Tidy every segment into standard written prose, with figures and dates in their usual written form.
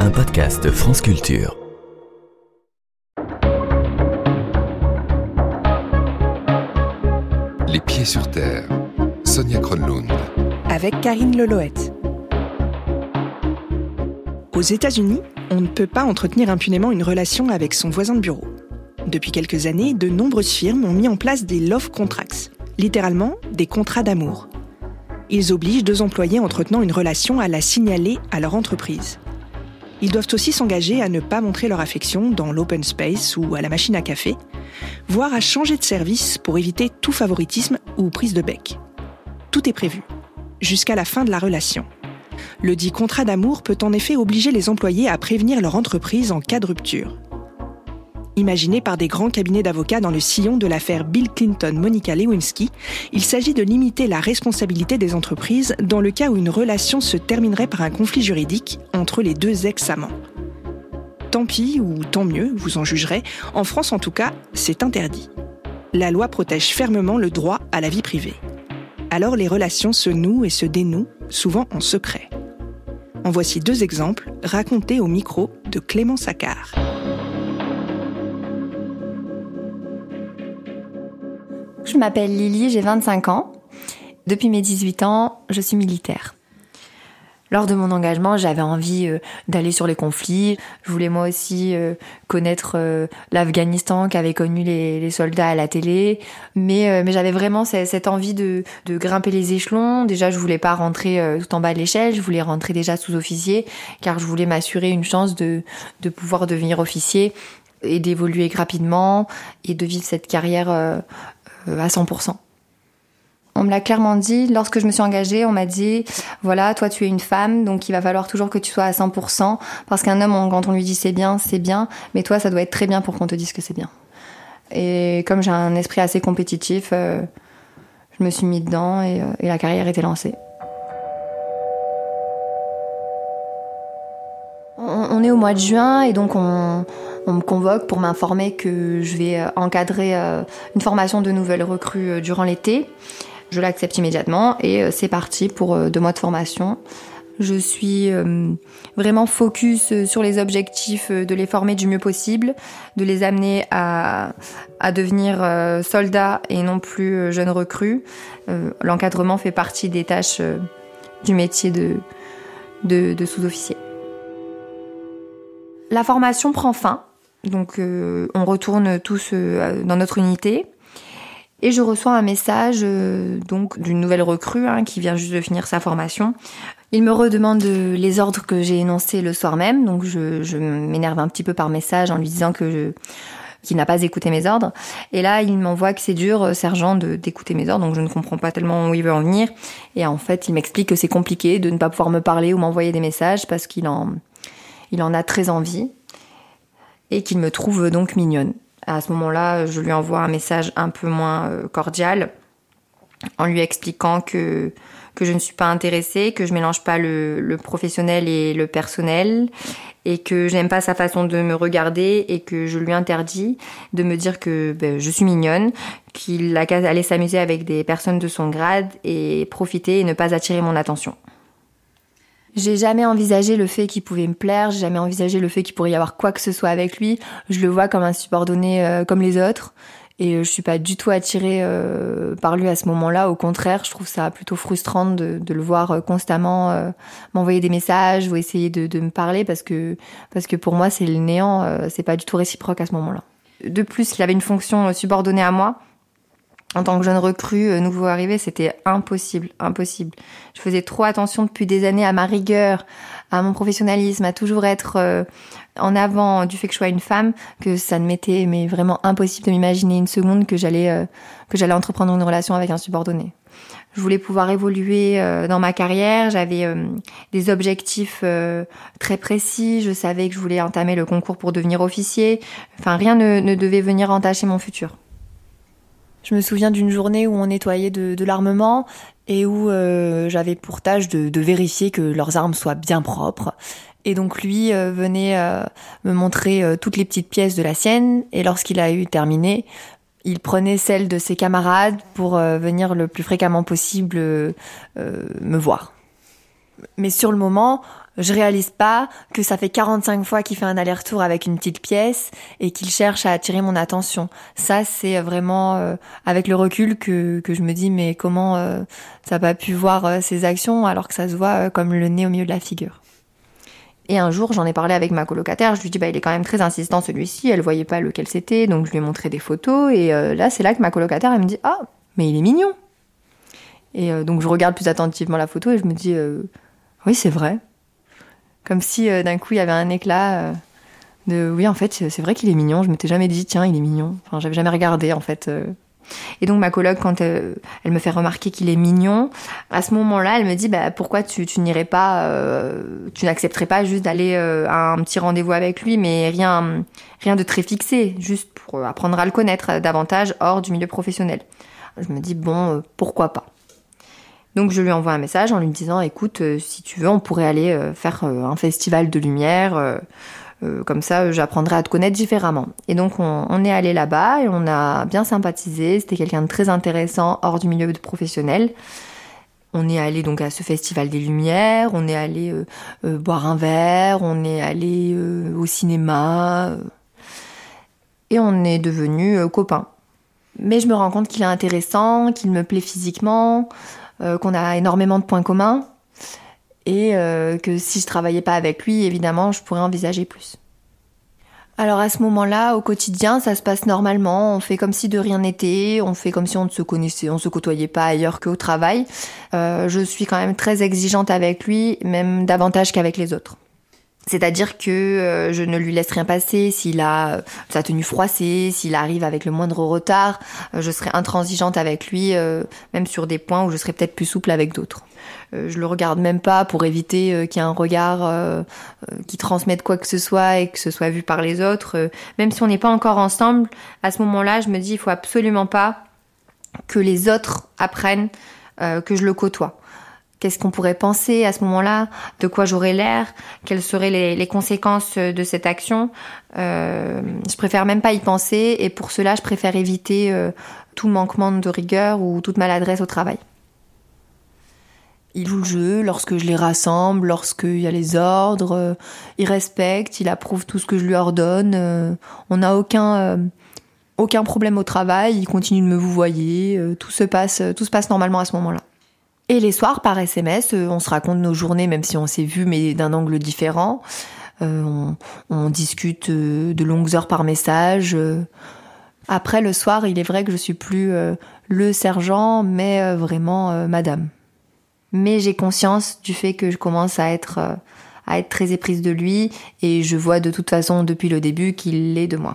un podcast France Culture. Les pieds sur terre, Sonia Kronlund. Avec Karine Leloët. Aux États-Unis, on ne peut pas entretenir impunément une relation avec son voisin de bureau. Depuis quelques années, de nombreuses firmes ont mis en place des love contracts, littéralement des contrats d'amour. Ils obligent deux employés entretenant une relation à la signaler à leur entreprise. Ils doivent aussi s'engager à ne pas montrer leur affection dans l'open space ou à la machine à café, voire à changer de service pour éviter tout favoritisme ou prise de bec. Tout est prévu, jusqu'à la fin de la relation. Le dit contrat d'amour peut en effet obliger les employés à prévenir leur entreprise en cas de rupture. Imaginé par des grands cabinets d'avocats dans le sillon de l'affaire Bill Clinton-Monica Lewinsky, il s'agit de limiter la responsabilité des entreprises dans le cas où une relation se terminerait par un conflit juridique entre les deux ex-amants. Tant pis ou tant mieux, vous en jugerez, en France en tout cas, c'est interdit. La loi protège fermement le droit à la vie privée. Alors les relations se nouent et se dénouent, souvent en secret. En voici deux exemples racontés au micro de Clément Saccard. Je m'appelle Lily, j'ai 25 ans. Depuis mes 18 ans, je suis militaire. Lors de mon engagement, j'avais envie d'aller sur les conflits. Je voulais moi aussi connaître l'Afghanistan qu'avaient connu les soldats à la télé. Mais j'avais vraiment cette envie de grimper les échelons. Déjà, je voulais pas rentrer tout en bas de l'échelle. Je voulais rentrer déjà sous-officier, car je voulais m'assurer une chance de pouvoir devenir officier et d'évoluer rapidement et de vivre cette carrière à 100%. On me l'a clairement dit, lorsque je me suis engagée, on m'a dit « Voilà, toi tu es une femme, donc il va falloir toujours que tu sois à 100%, parce qu'un homme, quand on lui dit c'est bien, mais toi ça doit être très bien pour qu'on te dise que c'est bien. » Et comme j'ai un esprit assez compétitif, je me suis mis dedans et la carrière était lancée. On est au mois de juin et donc on me convoque pour m'informer que je vais encadrer une formation de nouvelles recrues durant l'été. Je l'accepte immédiatement et c'est parti pour 2 mois de formation. Je suis vraiment focus sur les objectifs de les former du mieux possible, de les amener à devenir soldats et non plus jeunes recrues. L'encadrement fait partie des tâches du métier de sous-officier. La formation prend fin, donc on retourne tous dans notre unité. Et je reçois un message donc d'une nouvelle recrue qui vient juste de finir sa formation. Il me redemande les ordres que j'ai énoncés le soir même, donc je m'énerve un petit peu par message en lui disant qu'il n'a pas écouté mes ordres. Et là, il m'envoie que c'est dur, sergent, d'écouter mes ordres, donc je ne comprends pas tellement où il veut en venir. Et en fait, il m'explique que c'est compliqué de ne pas pouvoir me parler ou m'envoyer des messages parce qu'il en a très envie et qu'il me trouve donc mignonne. À ce moment-là, je lui envoie un message un peu moins cordial en lui expliquant que je ne suis pas intéressée, que je mélange pas le professionnel et le personnel et que j'aime pas sa façon de me regarder et que je lui interdis de me dire que je suis mignonne, qu'il a qu'à aller s'amuser avec des personnes de son grade et profiter et ne pas attirer mon attention. J'ai jamais envisagé le fait qu'il pouvait me plaire, j'ai jamais envisagé le fait qu'il pourrait y avoir quoi que ce soit avec lui. Je le vois comme un subordonné comme les autres et je suis pas du tout attirée par lui à ce moment-là. Au contraire, je trouve ça plutôt frustrant de le voir constamment m'envoyer des messages ou essayer de me parler parce que pour moi c'est le néant, c'est pas du tout réciproque à ce moment-là. De plus, il avait une fonction subordonnée à moi. En tant que jeune recrue, nouveau arrivé, c'était impossible. Je faisais trop attention depuis des années à ma rigueur, à mon professionnalisme, à toujours être en avant du fait que je sois une femme, que ça ne m'était mais vraiment impossible de m'imaginer une seconde que j'allais entreprendre une relation avec un subordonné. Je voulais pouvoir évoluer dans ma carrière, j'avais des objectifs très précis, je savais que je voulais entamer le concours pour devenir officier. Enfin, rien ne devait venir entacher mon futur. Je me souviens d'une journée où on nettoyait de l'armement et où j'avais pour tâche de vérifier que leurs armes soient bien propres. Et donc lui venait me montrer toutes les petites pièces de la sienne et lorsqu'il a eu terminé, il prenait celles de ses camarades pour venir le plus fréquemment possible me voir. Mais sur le moment, Je réalise pas que ça fait 45 fois qu'il fait un aller-retour avec une petite pièce et qu'il cherche à attirer mon attention. Ça, c'est vraiment avec le recul que je me dis mais comment ça n'a pas pu voir ses actions alors que ça se voit comme le nez au milieu de la figure. Et un jour, j'en ai parlé avec ma colocataire, je lui dis il est quand même très insistant celui-ci, elle voyait pas lequel c'était, donc je lui ai montré des photos et là, c'est là que ma colocataire, elle me dit ah, mais il est mignon. Et donc je regarde plus attentivement la photo et je me dis oui, c'est vrai. Comme si d'un coup il y avait un éclat de oui en fait c'est vrai qu'il est mignon, je m'étais jamais dit tiens il est mignon, enfin j'avais jamais regardé en fait. Et donc ma coloc quand elle me fait remarquer qu'il est mignon, à ce moment-là elle me dit pourquoi tu n'irais pas, tu n'accepterais pas juste d'aller à un petit rendez-vous avec lui mais rien de très fixé, juste pour apprendre à le connaître davantage hors du milieu professionnel. Je me dis pourquoi pas. Donc je lui envoie un message en lui disant écoute si tu veux on pourrait aller faire un festival de lumière comme ça j'apprendrai à te connaître différemment. Et donc on est allé là-bas et on a bien sympathisé, c'était quelqu'un de très intéressant hors du milieu professionnel. On est allé donc à ce festival des lumières, on est allé boire un verre, on est allé au cinéma et on est devenus copains. Mais je me rends compte qu'il est intéressant, qu'il me plaît physiquement, qu'on a énormément de points communs et que si je travaillais pas avec lui, évidemment, je pourrais envisager plus. Alors à ce moment-là, au quotidien, ça se passe normalement, on fait comme si de rien n'était, on fait comme si on ne se connaissait, on se côtoyait pas ailleurs qu'au travail. Je suis quand même très exigeante avec lui, même davantage qu'avec les autres. C'est-à-dire que je ne lui laisse rien passer, s'il a sa tenue froissée, s'il arrive avec le moindre retard, je serai intransigeante avec lui, même sur des points où je serai peut-être plus souple avec d'autres. Je le regarde même pas pour éviter qu'il y ait un regard qui transmette quoi que ce soit et que ce soit vu par les autres. Même si on n'est pas encore ensemble, à ce moment-là, je me dis il faut absolument pas que les autres apprennent que je le côtoie. Qu'est-ce qu'on pourrait penser à ce moment-là? De quoi j'aurais l'air? Quelles seraient les conséquences de cette action? Je préfère même pas y penser et pour cela, je préfère éviter tout manquement de rigueur ou toute maladresse au travail. Il joue le jeu lorsque je les rassemble, lorsqu'il y a les ordres, il respecte, il approuve tout ce que je lui ordonne. On n'a aucun problème au travail, il continue de me vouvoyer, tout se passe normalement à ce moment-là. Et les soirs, par SMS, on se raconte nos journées, même si on s'est vu, mais d'un angle différent. On discute de longues heures par message. Après, le soir, il est vrai que je suis plus le sergent, mais vraiment madame. Mais j'ai conscience du fait que je commence à être très éprise de lui, et je vois de toute façon depuis le début qu'il l'est de moi.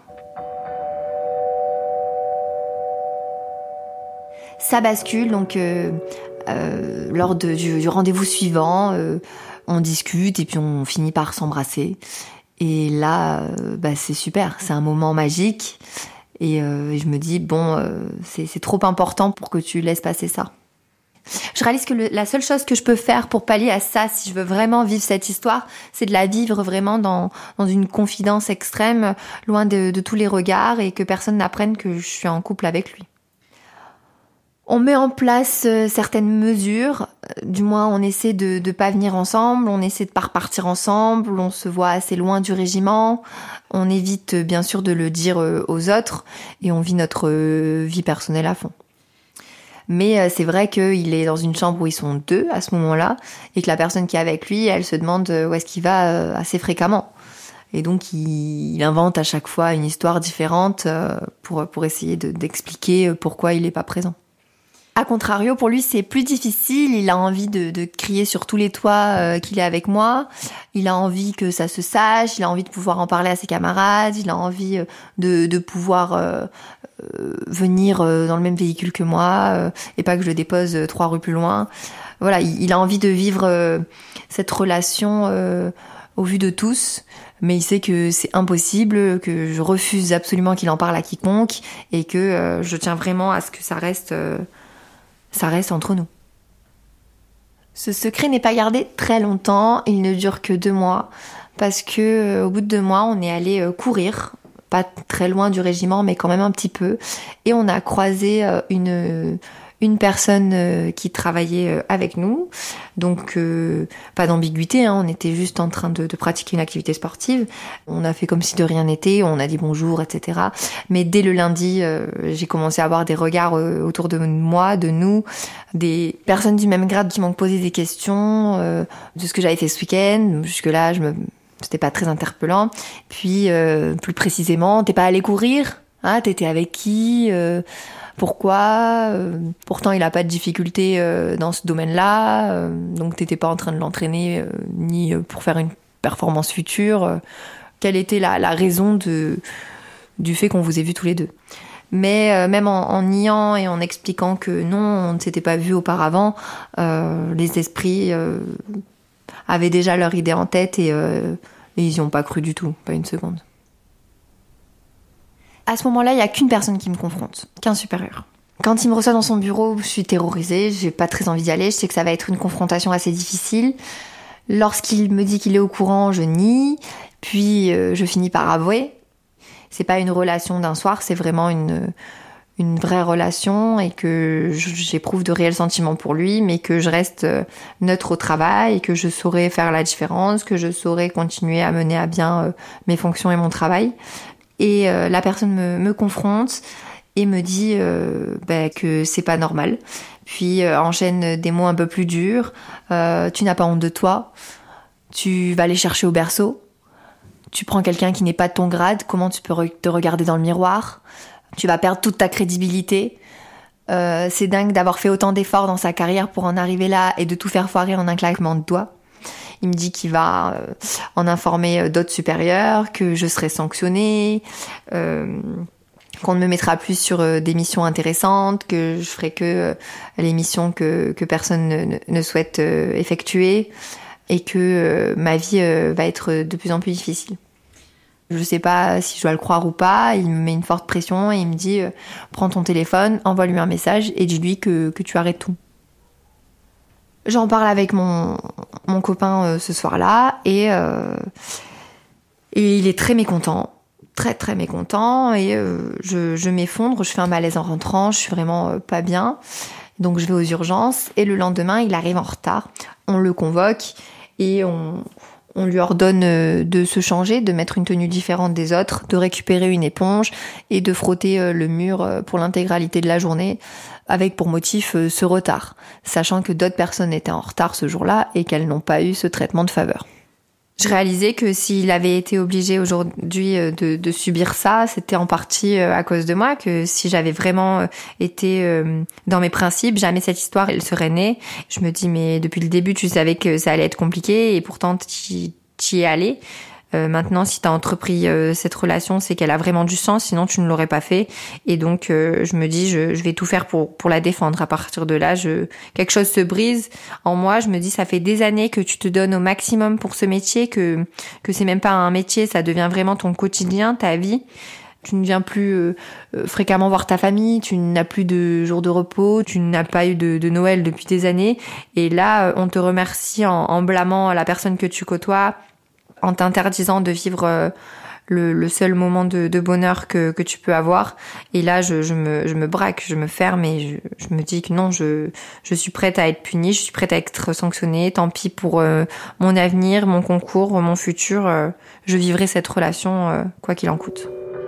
Ça bascule, donc lors du rendez-vous suivant, on discute et puis on finit par s'embrasser. Et là, c'est super, c'est un moment magique. Et je me dis, c'est trop important pour que tu laisses passer ça. Je réalise que la seule chose que je peux faire pour pallier à ça, si je veux vraiment vivre cette histoire, c'est de la vivre vraiment dans une confidence extrême, loin de tous les regards, et que personne n'apprenne que je suis en couple avec lui. On met en place certaines mesures, du moins on essaie de pas venir ensemble, on essaie de pas repartir ensemble, on se voit assez loin du régiment, on évite bien sûr de le dire aux autres et on vit notre vie personnelle à fond. Mais c'est vrai qu'il est dans une chambre où ils sont deux à ce moment-là et que la personne qui est avec lui, elle se demande où est-ce qu'il va assez fréquemment. Et donc il invente à chaque fois une histoire différente pour essayer d'expliquer pourquoi il est pas présent. A contrario, pour lui, c'est plus difficile. Il a envie de crier sur tous les toits qu'il est avec moi. Il a envie que ça se sache. Il a envie de pouvoir en parler à ses camarades. Il a envie de pouvoir venir dans le même véhicule que moi et pas que je le dépose 3 rues plus loin. Voilà, il a envie de vivre cette relation au vu de tous. Mais il sait que c'est impossible, que je refuse absolument qu'il en parle à quiconque et que je tiens vraiment à ce que ça reste entre nous. Ce secret n'est pas gardé très longtemps, il ne dure que 2 mois, parce que au bout de 2 mois, on est allé courir, pas très loin du régiment, mais quand même un petit peu, et on a croisé une une personne qui travaillait avec nous. Donc pas d'ambiguïté, on était juste en train de pratiquer une activité sportive. On a fait comme si de rien n'était, on a dit bonjour, etc. Mais dès le lundi, j'ai commencé à avoir des regards autour de moi, de nous, des personnes du même grade qui m'ont posé des questions de ce que j'avais fait ce week-end. Jusque-là, c'était pas très interpellant. Puis plus précisément, t'es pas allé courir ? T'étais avec qui ? Pourquoi ? Pourtant, il a pas de difficulté dans ce domaine-là, donc t'étais pas en train de l'entraîner ni pour faire une performance future. Quelle était la raison du fait qu'on vous ait vus tous les deux ? Mais même en niant et en expliquant que non, on ne s'était pas vus auparavant, les esprits avaient déjà leur idée en tête et ils y ont pas cru du tout, pas une seconde. À ce moment-là, il n'y a qu'une personne qui me confronte, qu'un supérieur. Quand il me reçoit dans son bureau, je suis terrorisée, j'ai pas très envie d'y aller, je sais que ça va être une confrontation assez difficile. Lorsqu'il me dit qu'il est au courant, je nie, puis je finis par avouer. C'est pas une relation d'un soir, c'est vraiment une vraie relation et que j'éprouve de réels sentiments pour lui, mais que je reste neutre au travail et que je saurais faire la différence, que je saurais continuer à mener à bien mes fonctions et mon travail. Et la personne me confronte et me dit que c'est pas normal. Puis enchaîne des mots un peu plus durs. Tu n'as pas honte de toi. Tu vas aller chercher au berceau. Tu prends quelqu'un qui n'est pas de ton grade. Comment tu peux te regarder dans le miroir ? Tu vas perdre toute ta crédibilité. C'est dingue d'avoir fait autant d'efforts dans sa carrière pour en arriver là et de tout faire foirer en un claquement de doigts. Il me dit qu'il va en informer d'autres supérieurs, que je serai sanctionnée, qu'on ne me mettra plus sur des missions intéressantes, que je ferai que les missions que personne ne souhaite effectuer et que ma vie va être de plus en plus difficile. Je sais pas si je dois le croire ou pas, il me met une forte pression et il me dit prends ton téléphone, envoie-lui un message et dis-lui que tu arrêtes tout. J'en parle avec mon copain ce soir-là et il est très mécontent, très très mécontent et je m'effondre, je fais un malaise en rentrant, je suis vraiment pas bien. Donc je vais aux urgences et le lendemain, il arrive en retard. On le convoque et on lui ordonne de se changer, de mettre une tenue différente des autres, de récupérer une éponge et de frotter le mur pour l'intégralité de la journée, avec pour motif ce retard, sachant que d'autres personnes étaient en retard ce jour-là et qu'elles n'ont pas eu ce traitement de faveur. Je réalisais que s'il avait été obligé aujourd'hui de subir ça, c'était en partie à cause de moi, que si j'avais vraiment été dans mes principes, jamais cette histoire elle serait née. Je me dis mais depuis le début tu savais que ça allait être compliqué et pourtant t'y es allé. Maintenant, si t'as entrepris cette relation, c'est qu'elle a vraiment du sens, sinon tu ne l'aurais pas fait. Et donc, je me dis, je vais tout faire pour la défendre. À partir de là, quelque chose se brise en moi. Je me dis, ça fait des années que tu te donnes au maximum pour ce métier, que c'est même pas un métier, ça devient vraiment ton quotidien, ta vie. Tu ne viens plus fréquemment voir ta famille, tu n'as plus de jours de repos, tu n'as pas eu de Noël depuis des années. Et là, on te remercie en blâmant la personne que tu côtoies, en t'interdisant de vivre le seul moment de bonheur que tu peux avoir. Et là, je me braque, je me ferme et je me dis que non, je suis prête à être punie, je suis prête à être sanctionnée. Tant pis pour mon avenir, mon concours, mon futur. Je vivrai cette relation quoi qu'il en coûte.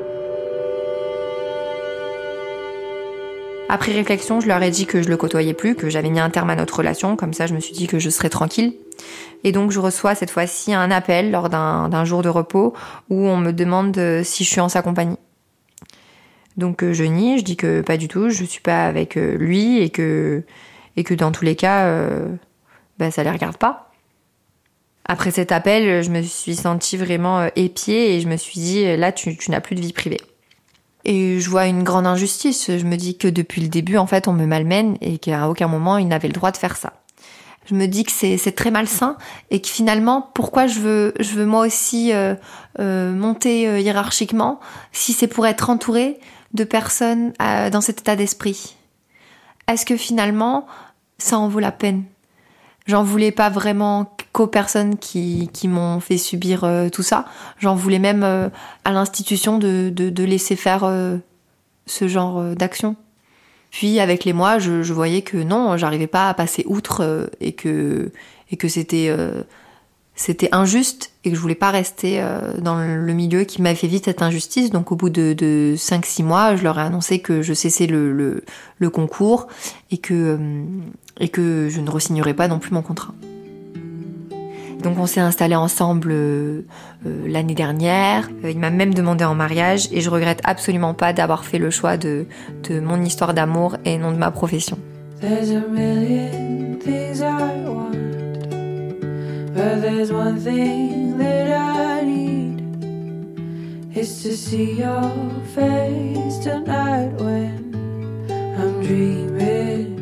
Après réflexion, je leur ai dit que je le côtoyais plus, que j'avais mis un terme à notre relation. Comme ça, je me suis dit que je serais tranquille. Et donc, je reçois cette fois-ci un appel lors d'un jour de repos où on me demande si je suis en sa compagnie. Donc, je nie, je dis que pas du tout, je suis pas avec lui et que dans tous les cas, ça les regarde pas. Après cet appel, je me suis sentie vraiment épiée et je me suis dit, là, tu n'as plus de vie privée. Et je vois une grande injustice. Je me dis que depuis le début, en fait, on me malmène et qu'à aucun moment, il n'avait le droit de faire ça. Je me dis que c'est très malsain et que finalement, pourquoi je veux moi aussi monter hiérarchiquement si c'est pour être entourée de personnes dans cet état d'esprit. Est-ce que finalement, ça en vaut la peine ? J'en voulais pas vraiment qu'aux personnes qui m'ont fait subir tout ça. J'en voulais même à l'institution de laisser faire ce genre d'action. Puis avec les mois, je voyais que non, j'arrivais pas à passer outre et que c'était injuste et que je voulais pas rester dans le milieu qui m'avait fait vivre cette injustice. Donc au bout de 5-6 mois, je leur ai annoncé que je cessais le concours et que je ne re-signerais pas non plus mon contrat. Donc on s'est installés ensemble l'année dernière. Il m'a même demandé en mariage et je regrette absolument pas d'avoir fait le choix de mon histoire d'amour et non de ma profession. There's a million things I want, but there's one thing that I need. It's to see your face tonight when I'm dreaming.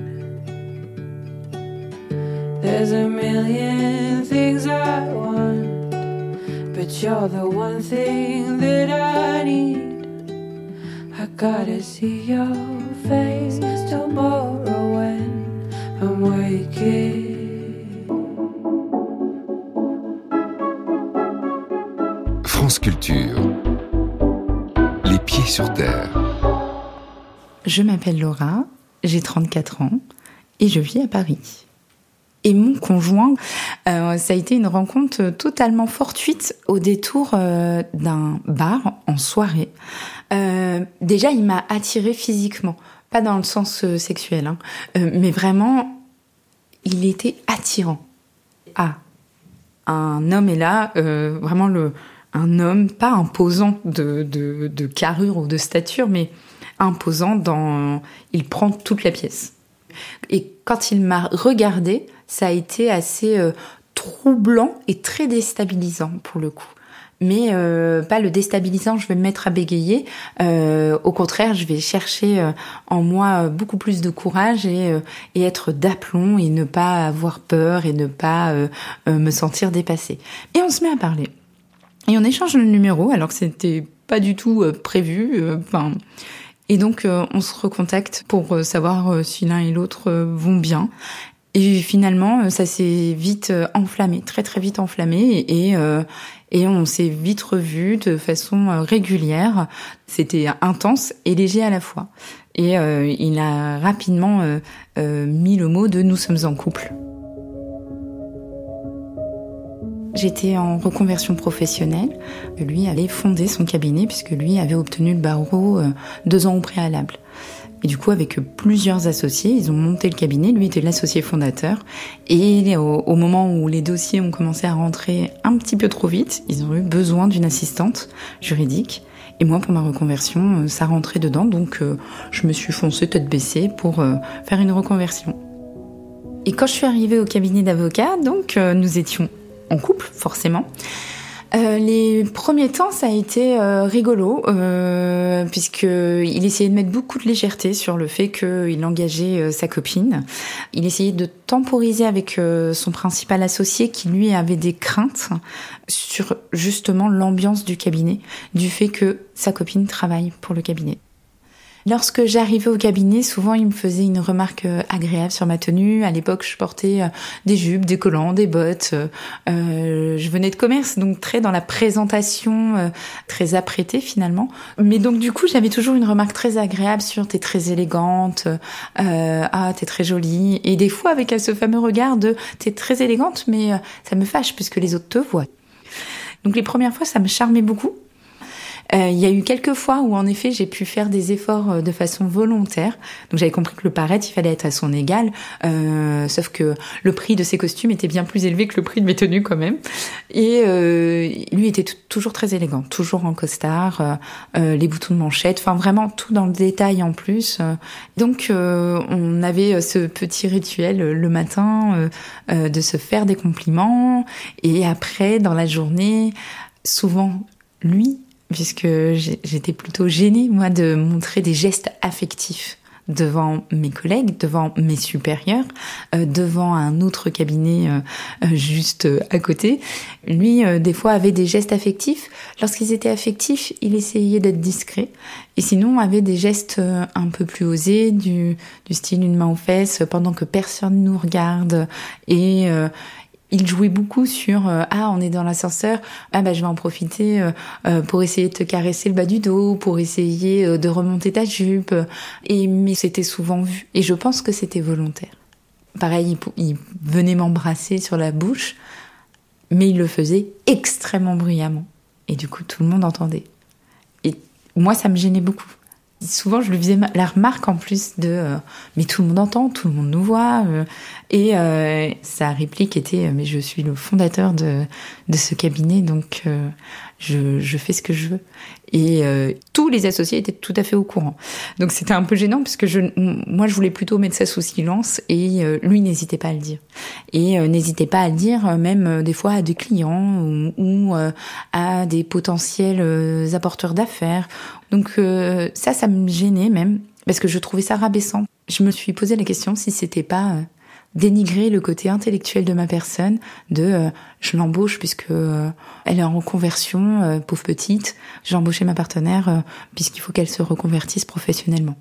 There's a million things I want, but you're the one thing that I need. I gotta see your face tomorrow when I'm waking. France Culture. Les pieds sur terre. Je m'appelle Laura, j'ai 34 ans et je vis à Paris. Et mon conjoint, ça a été une rencontre totalement fortuite au détour d'un bar en soirée. Déjà, il m'a attirée physiquement, pas dans le sens sexuel, mais vraiment, il était attirant. Un homme est là, vraiment un homme, pas imposant de carrure ou de stature, mais imposant il prend toute la pièce. Et quand il m'a regardée, ça a été assez troublant et très déstabilisant pour le coup. Mais pas le déstabilisant, je vais me mettre à bégayer. Au contraire, je vais chercher en moi beaucoup plus de courage et être d'aplomb et ne pas avoir peur et ne pas me sentir dépassée. Et on se met à parler. Et on échange le numéro alors que c'était pas du tout prévu. Et donc on se recontacte pour savoir si l'un et l'autre vont bien. Et finalement, ça s'est vite enflammé, très très vite enflammé, et on s'est vite revus de façon régulière. C'était intense et léger à la fois. Et il a rapidement mis le mot de « nous sommes en couple ». J'étais en reconversion professionnelle. Lui allait fonder son cabinet puisque lui avait obtenu le barreau 2 ans au préalable. Et du coup, avec plusieurs associés, ils ont monté le cabinet. Lui était l'associé fondateur. Et au moment où les dossiers ont commencé à rentrer un petit peu trop vite, ils ont eu besoin d'une assistante juridique. Et moi, pour ma reconversion, ça rentrait dedans. Donc, je me suis foncée tête baissée pour faire une reconversion. Et quand je suis arrivée au cabinet d'avocat, donc, nous étions en couple, forcément. Les premiers temps, ça a été rigolo, puisqu'il essayait de mettre beaucoup de légèreté sur le fait qu'il engageait sa copine. Il essayait de temporiser avec son principal associé qui, lui, avait des craintes sur justement l'ambiance du cabinet, du fait que sa copine travaille pour le cabinet. Lorsque j'arrivais au cabinet, souvent il me faisait une remarque agréable sur ma tenue. À l'époque, je portais des jupes, des collants, des bottes. Je venais de commerce, donc très dans la présentation, très apprêtée finalement. Mais donc du coup, j'avais toujours une remarque très agréable sur « t'es très élégante »,« t'es très jolie ». Et des fois avec ce fameux regard de « t'es très élégante, mais ça me fâche puisque les autres te voient ». Donc les premières fois, ça me charmait beaucoup. Il y a eu quelques fois où en effet j'ai pu faire des efforts de façon volontaire. Donc j'avais compris que le paraître, il fallait être à son égal, sauf que le prix de ses costumes était bien plus élevé que le prix de mes tenues quand même. Et lui était toujours très élégant, toujours en costard, les boutons de manchette, enfin vraiment tout dans le détail en plus. Donc on avait ce petit rituel le matin de se faire des compliments, et après dans la journée, souvent lui, puisque j'étais plutôt gênée, moi, de montrer des gestes affectifs devant mes collègues, devant mes supérieurs, devant un autre cabinet juste à côté. Lui, des fois, avait des gestes affectifs. Lorsqu'ils étaient affectifs, il essayait d'être discret. Et sinon, avait des gestes un peu plus osés, du style une main aux fesses, pendant que personne nous regarde. Et Il jouait beaucoup sur on est dans l'ascenseur, je vais en profiter pour essayer de te caresser le bas du dos, pour essayer de remonter ta jupe. Mais c'était souvent vu. Et je pense que c'était volontaire. Pareil, il venait m'embrasser sur la bouche, mais il le faisait extrêmement bruyamment. Et du coup, tout le monde entendait. Et moi, ça me gênait beaucoup. Souvent, je lui faisais la remarque en plus de mais tout le monde entend, tout le monde nous voit. Et sa réplique était mais je suis le fondateur de ce cabinet, donc je fais ce que je veux. Et tous les associés étaient tout à fait au courant. Donc c'était un peu gênant parce que moi je voulais plutôt mettre ça sous silence et lui n'hésitait pas à le dire. Et n'hésitait pas à le dire même des fois à des clients ou à des potentiels apporteurs d'affaires. Donc ça me gênait même parce que je trouvais ça rabaissant. Je me suis posé la question si c'était pas dénigrer le côté intellectuel de ma personne, je l'embauche puisque elle est en reconversion, pauvre petite, j'ai embauché ma partenaire puisqu'il faut qu'elle se reconvertisse professionnellement.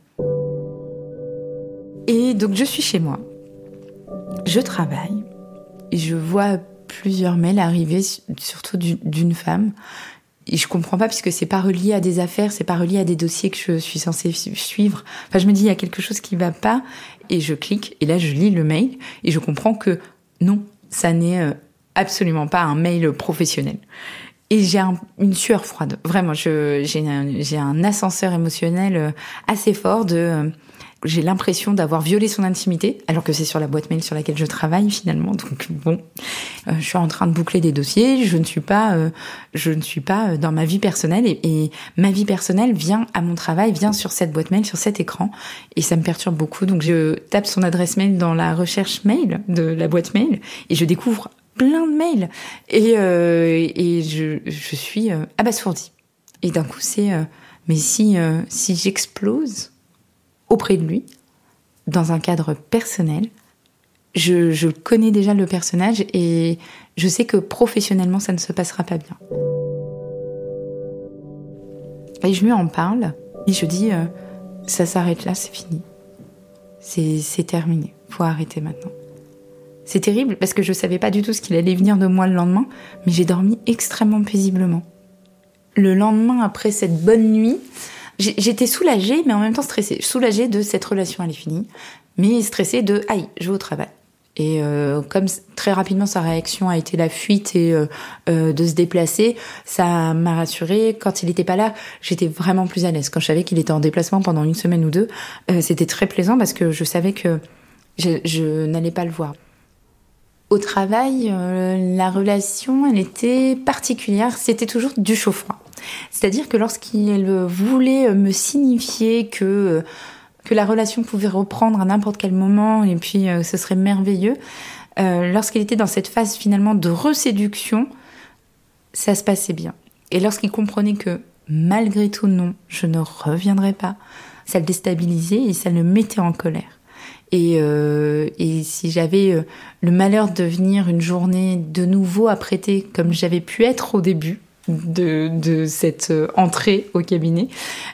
Et donc je suis chez moi, je travaille, et je vois plusieurs mails arriver, surtout d'une femme. Et je comprends pas puisque c'est pas relié à des affaires, c'est pas relié à des dossiers que je suis censée suivre. Enfin, je me dis, il y a quelque chose qui va pas, et je clique, et là, je lis le mail, et je comprends que non, ça n'est absolument pas un mail professionnel. Et j'ai une sueur froide. Vraiment, j'ai un ascenseur émotionnel assez fort j'ai l'impression d'avoir violé son intimité, alors que c'est sur la boîte mail sur laquelle je travaille finalement. Donc bon, je suis en train de boucler des dossiers. Je ne suis pas dans ma vie personnelle et ma vie personnelle vient à mon travail, vient sur cette boîte mail, sur cet écran, et ça me perturbe beaucoup. Donc je tape son adresse mail dans la recherche mail de la boîte mail et je découvre plein de mails et je suis abasourdie. Et d'un coup c'est mais si j'explose auprès de lui, dans un cadre personnel, je connais déjà le personnage et je sais que professionnellement, ça ne se passera pas bien. Et je lui en parle et je dis, ça s'arrête là, c'est fini. C'est terminé, faut arrêter maintenant. C'est terrible parce que je savais pas du tout ce qu'il allait venir de moi le lendemain, mais j'ai dormi extrêmement paisiblement. Le lendemain, après cette bonne nuit, j'étais soulagée, mais en même temps stressée. Soulagée de cette relation, elle est finie, mais stressée de « aïe, je vais au travail ». Et comme très rapidement sa réaction a été la fuite et de se déplacer, ça m'a rassurée. Quand il était pas là, j'étais vraiment plus à l'aise. Quand je savais qu'il était en déplacement pendant 1 semaine ou 2, c'était très plaisant parce que je savais que je n'allais pas le voir. Au travail, la relation, elle était particulière. C'était toujours du chaud-froid. C'est-à-dire que lorsqu'il voulait me signifier que la relation pouvait reprendre à n'importe quel moment et puis ce serait merveilleux, lorsqu'il était dans cette phase finalement de reséduction, ça se passait bien. Et lorsqu'il comprenait que malgré tout non, je ne reviendrai pas, ça le déstabilisait et ça le mettait en colère. Et si j'avais le malheur de venir une journée de nouveau apprêtée comme j'avais pu être au début de cette entrée au cabinet,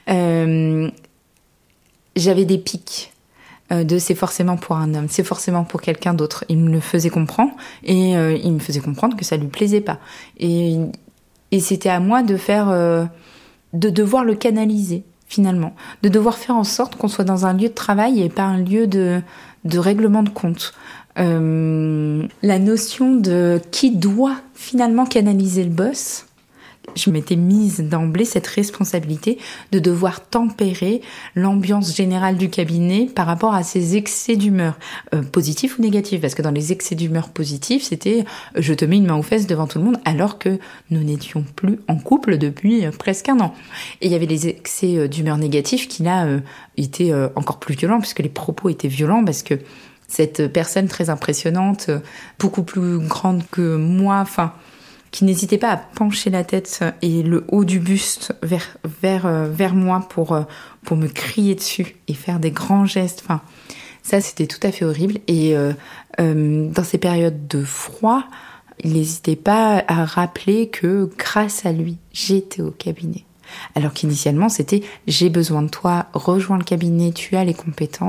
j'avais des pics de c'est forcément pour un homme, c'est forcément pour quelqu'un d'autre. Il me le faisait comprendre et il me faisait comprendre que ça lui plaisait pas. Et c'était à moi de devoir le canaliser finalement, de devoir faire en sorte qu'on soit dans un lieu de travail et pas un lieu de règlement de compte. La notion de qui doit finalement canaliser le boss, je m'étais mise d'emblée cette responsabilité de devoir tempérer l'ambiance générale du cabinet par rapport à ces excès d'humeur, positifs ou négatifs, parce que dans les excès d'humeur positifs, c'était je te mets une main aux fesses devant tout le monde, alors que nous n'étions plus en couple depuis presque 1 an. Et il y avait les excès d'humeur négatifs qui là étaient encore plus violents, puisque les propos étaient violents, parce que cette personne très impressionnante, beaucoup plus grande que moi, qui n'hésitait pas à pencher la tête et le haut du buste vers moi pour me crier dessus et faire des grands gestes. Ça, c'était tout à fait horrible. Et dans ces périodes de froid, il n'hésitait pas à rappeler que grâce à lui, j'étais au cabinet. Alors qu'initialement, c'était « j'ai besoin de toi, rejoins le cabinet, tu as les compétences ».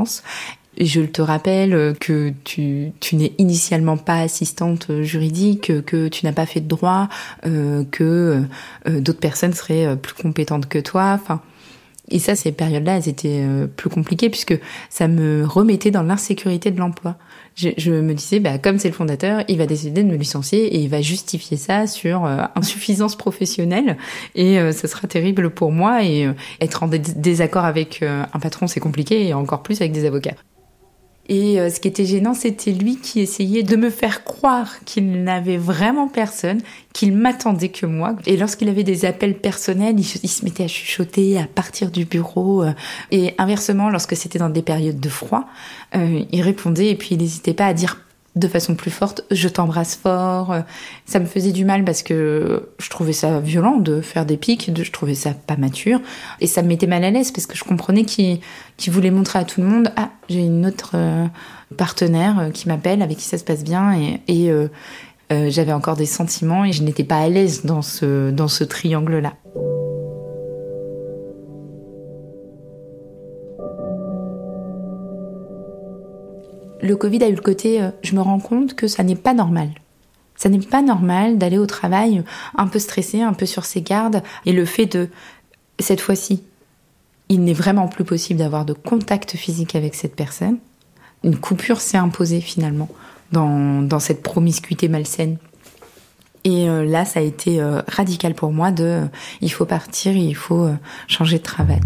Je te rappelle que tu n'es initialement pas assistante juridique, que tu n'as pas fait de droit, que d'autres personnes seraient plus compétentes que toi. Enfin, et ça, ces périodes-là, elles étaient plus compliquées puisque ça me remettait dans l'insécurité de l'emploi. Je me disais, comme c'est le fondateur, il va décider de me licencier et il va justifier ça sur insuffisance professionnelle et ça sera terrible pour moi. Et être en désaccord avec un patron, c'est compliqué et encore plus avec des avocats. Et ce qui était gênant, c'était lui qui essayait de me faire croire qu'il n'avait vraiment personne, qu'il m'attendait que moi. Et lorsqu'il avait des appels personnels, il se mettait à chuchoter, à partir du bureau. Et inversement, lorsque c'était dans des périodes de froid, il répondait et puis il n'hésitait pas à dire de façon plus forte « je t'embrasse fort ». Ça me faisait du mal parce que je trouvais ça violent de faire des pics, je trouvais ça pas mature. Et ça me mettait mal à l'aise parce que je comprenais qu'il voulait montrer à tout le monde « ah, j'ai une autre partenaire qui m'appelle, avec qui ça se passe bien ». Et j'avais encore des sentiments et je n'étais pas à l'aise dans ce triangle-là. Le Covid a eu le côté, je me rends compte que ça n'est pas normal. Ça n'est pas normal d'aller au travail un peu stressé, un peu sur ses gardes. Et le fait de, cette fois-ci, il n'est vraiment plus possible d'avoir de contact physique avec cette personne. Une coupure s'est imposée finalement dans cette promiscuité malsaine. Et là, ça a été radical pour moi il faut partir, il faut changer de travail.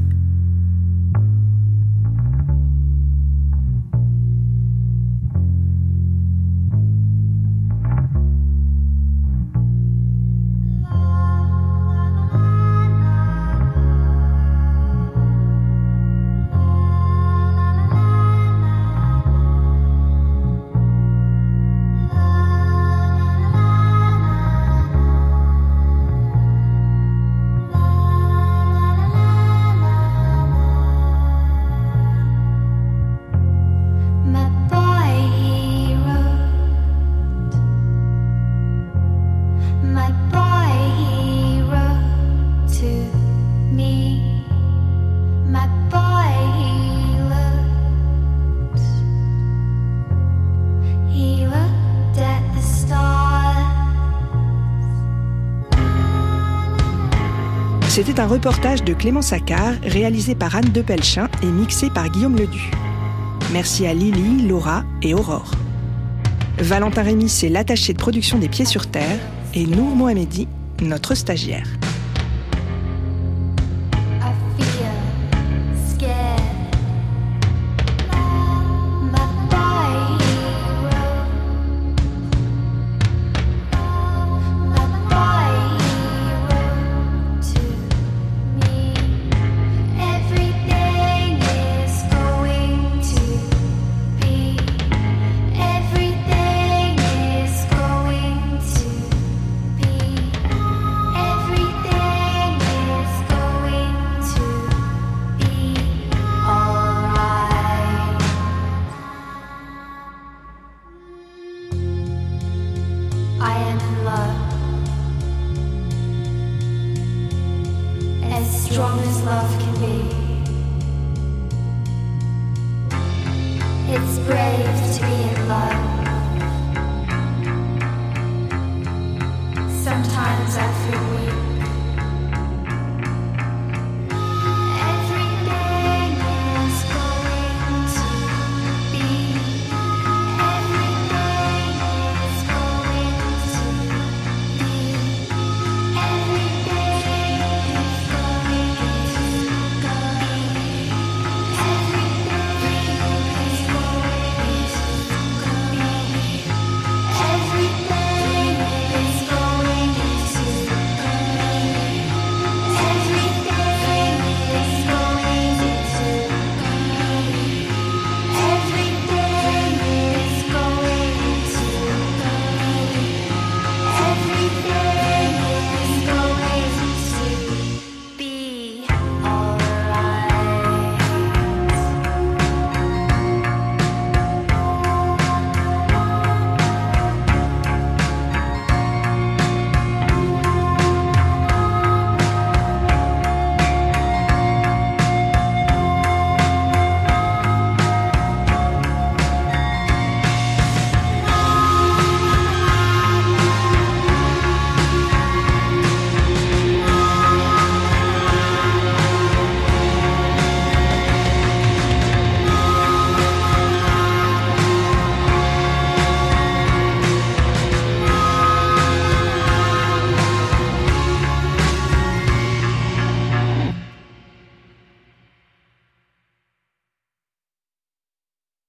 C'était un reportage de Clémence Accard, réalisé par Anne Depelchin et mixé par Guillaume Ledu. Merci à Lily, Laura et Aurore. Valentin Rémy, c'est l'attaché de production des Pieds sur Terre, et Nour Mohamedi, notre stagiaire. Strong as love can be. It's brave to be in love. Sometimes I feel weak.